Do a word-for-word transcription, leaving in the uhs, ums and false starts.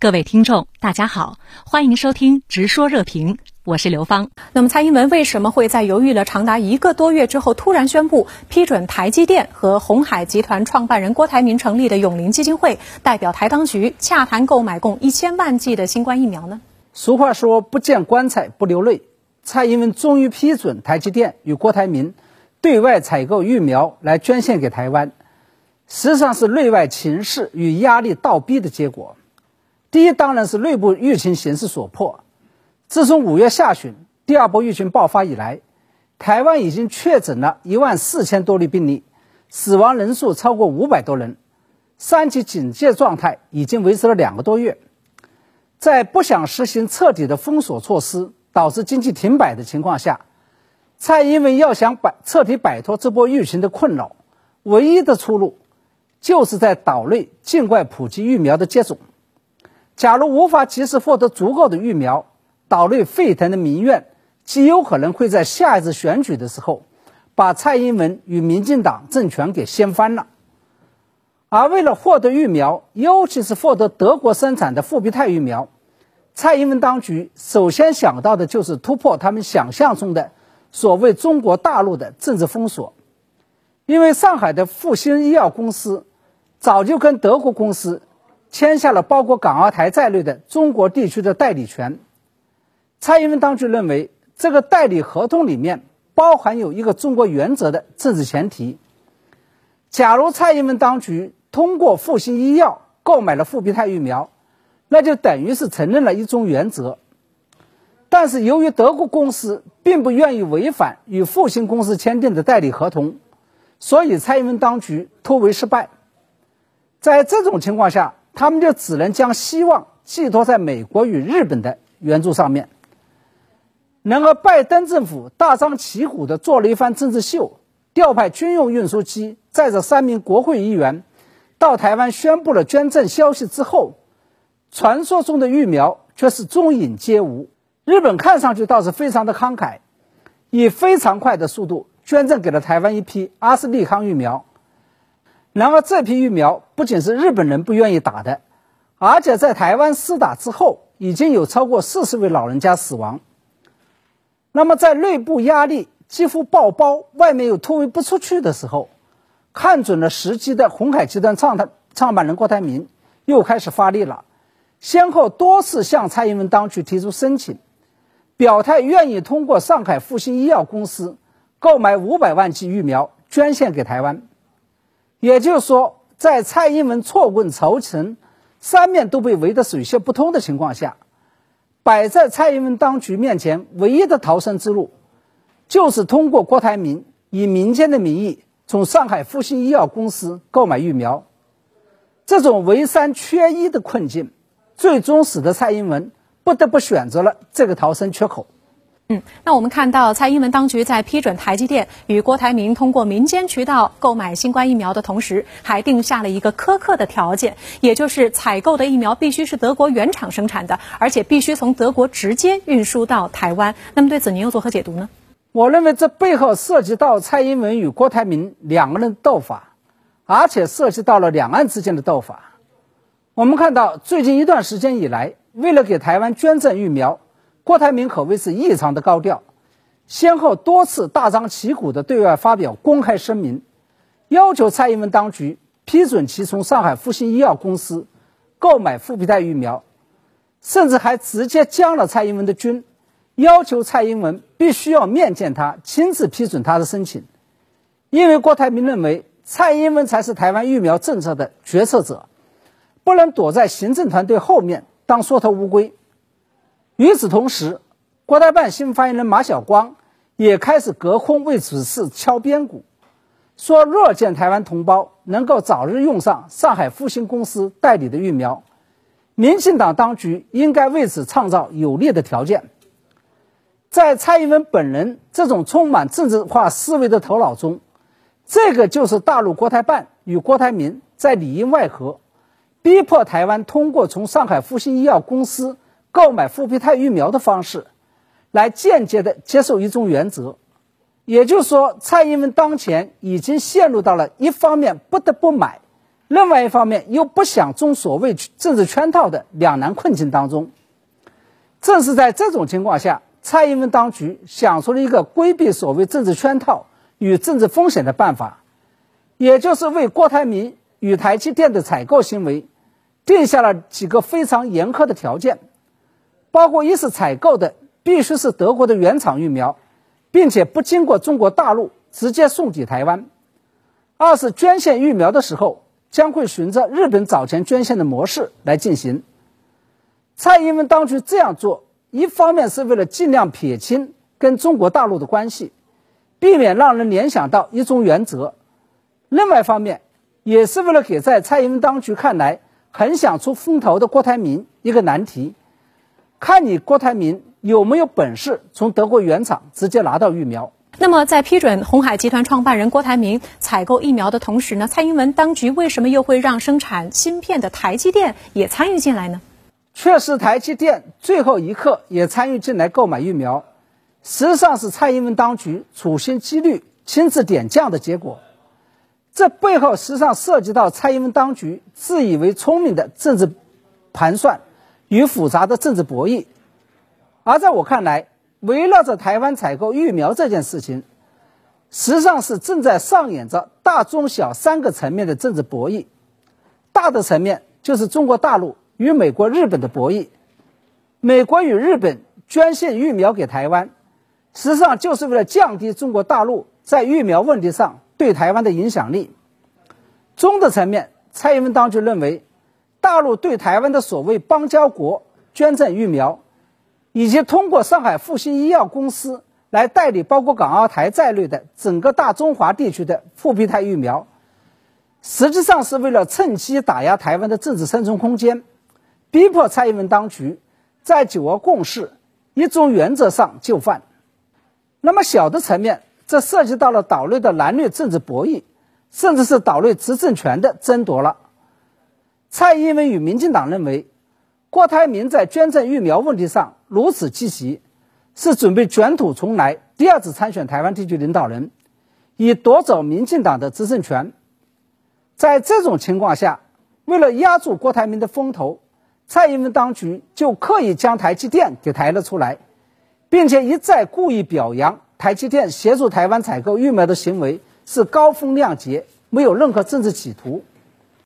各位听众，大家好，欢迎收听直说热评，我是刘芳。 那么蔡英文为什么会在犹豫了长达一个多月之后突然宣布批准台积电和鸿海集团创办人郭台铭成立的永龄基金会代表台当局洽谈购买共一千万剂的新冠疫苗呢？ 俗话说不见棺材不流泪，蔡英文终于批准台积电与郭台铭对外采购疫苗来捐献给台湾，实际上是内外情势与压力倒逼的结果。第一当然是内部疫情形势所迫，自从五月下旬第二波疫情爆发以来，台湾已经确诊了一万四千多例病例，死亡人数超过五百多人，三级警戒状态已经维持了两个多月。在不想实行彻底的封锁措施，导致经济停摆的情况下，蔡英文要想摆彻底摆脱这波疫情的困扰，唯一的出路就是在岛内尽快普及疫苗的接种。假如无法及时获得足够的疫苗，岛内沸腾的民怨极有可能会在下一次选举的时候把蔡英文与民进党政权给掀翻了。而为了获得疫苗，尤其是获得德国生产的复必泰疫苗，蔡英文当局首先想到的就是突破他们想象中的所谓中国大陆的政治封锁。因为上海的复星医药公司早就跟德国公司签下了包括港澳台在内的中国地区的代理权。蔡英文当局认为这个代理合同里面包含有一个中国原则的政治前提，假如蔡英文当局通过复星医药购买了复必泰疫苗，那就等于是承认了一中原则。但是由于德国公司并不愿意违反与复星公司签订的代理合同，所以蔡英文当局突围失败。在这种情况下，他们就只能将希望寄托在美国与日本的援助上面。然而拜登政府大张旗鼓地做了一番政治秀，调派军用运输机载着三名国会议员到台湾宣布了捐赠消息之后，传说中的疫苗却是踪影皆无。日本看上去倒是非常的慷慨，以非常快的速度捐赠给了台湾一批阿斯利康疫苗。然而这批疫苗不仅是日本人不愿意打的，而且在台湾施打之后已经有超过四十位老人家死亡。那么在内部压力几乎爆煲，外面又突围不出去的时候，看准了时机的鸿海集团创创办人郭台铭又开始发力了，先后多次向蔡英文当局提出申请，表态愿意通过上海复星医药公司购买五百万剂疫苗捐献给台湾。也就是说，在蔡英文错棍筹策，三面都被围得水泄不通的情况下，摆在蔡英文当局面前唯一的逃生之路，就是通过郭台铭以民间的名义从上海复星医药公司购买疫苗。这种唯三缺一的困境，最终使得蔡英文不得不选择了这个逃生缺口。 嗯，那我们看到蔡英文当局在批准台积电与郭台铭通过民间渠道购买新冠疫苗的同时，还定下了一个苛刻的条件，也就是采购的疫苗必须是德国原厂生产的，而且必须从德国直接运输到台湾。那么对此您又作何解读呢？ 我认为这背后涉及到蔡英文与郭台铭两个人的斗法，而且涉及到了两岸之间的斗法。我们看到最近一段时间以来，为了给台湾捐赠疫苗，郭台铭可谓是异常的高调，先后多次大张旗鼓地对外发表公开声明，要求蔡英文当局批准其从上海复星医药公司购买复必泰疫苗，甚至还直接将了蔡英文的军，要求蔡英文必须要面见他，亲自批准他的申请。因为郭台铭认为蔡英文才是台湾疫苗政策的决策者，不能躲在行政团队后面当缩头乌龟。与此同时，国台办新发言人马晓光也开始隔空为此事敲边鼓，说若见台湾同胞能够早日用上上海复星公司代理的疫苗，民进党当局应该为此创造有利的条件。在蔡英文本人这种充满政治化思维的头脑中，这个就是大陆国台办与郭台铭在里应外合，逼迫台湾通过从上海复星医药公司购买复必泰疫苗的方式，来间接的接受一中原则。也就是说，蔡英文当前已经陷入到了一方面不得不买， 另外一方面又不想中所谓政治圈套的两难困境当中。正是在这种情况下，蔡英文当局想出了一个规避所谓政治圈套与政治风险的办法，也就是为郭台铭与台积电的采购行为定下了几个非常严苛的条件，包括一是采购的必须是德国的原厂疫苗，并且不经过中国大陆直接送抵台湾；二是捐献疫苗的时候将会循着日本早前捐献的模式来进行。蔡英文当局这样做，一方面是为了尽量撇清跟中国大陆的关系，避免让人联想到一中原则；另外一方面也是为了给在蔡英文当局看来很想出风头的郭台铭一个难题，看你郭台铭有没有本事从德国原厂直接拿到疫苗。 那么在批准鸿海集团创办人郭台铭采购疫苗的同时呢，蔡英文当局为什么又会让生产芯片的台积电也参与进来呢？ 确实台积电最后一刻也参与进来购买疫苗，实际上是蔡英文当局处心积虑亲自点将的结果。这背后实际上涉及到蔡英文当局自以为聪明的政治盘算与复杂的政治博弈。而在我看来，围绕着台湾采购疫苗这件事情，实际上是正在上演着大中小三个层面的政治博弈。大的层面就是中国大陆与美国日本的博弈，美国与日本捐献疫苗给台湾，实际上就是为了降低中国大陆在疫苗问题上对台湾的影响力。中的层面，蔡英文当局认为大陆对台湾的所谓邦交国捐赠疫苗，以及通过上海复星医药公司来代理包括港澳台在内的整个大中华地区的复必泰疫苗，实际上是为了趁机打压台湾的政治生存空间，逼迫蔡英文当局在九二共识、一中原则上就范。那么小的层面，这涉及到了岛内的蓝绿政治博弈，甚至是岛内执政权的争夺了。蔡英文与民进党认为，郭台铭在捐赠疫苗问题上如此积极，是准备卷土重来，第二次参选台湾地区领导人，以夺走民进党的执政权。在这种情况下，为了压住郭台铭的风头，蔡英文当局就刻意将台积电给抬了出来，并且一再故意表扬台积电协助台湾采购疫苗的行为是高风亮节，没有任何政治企图。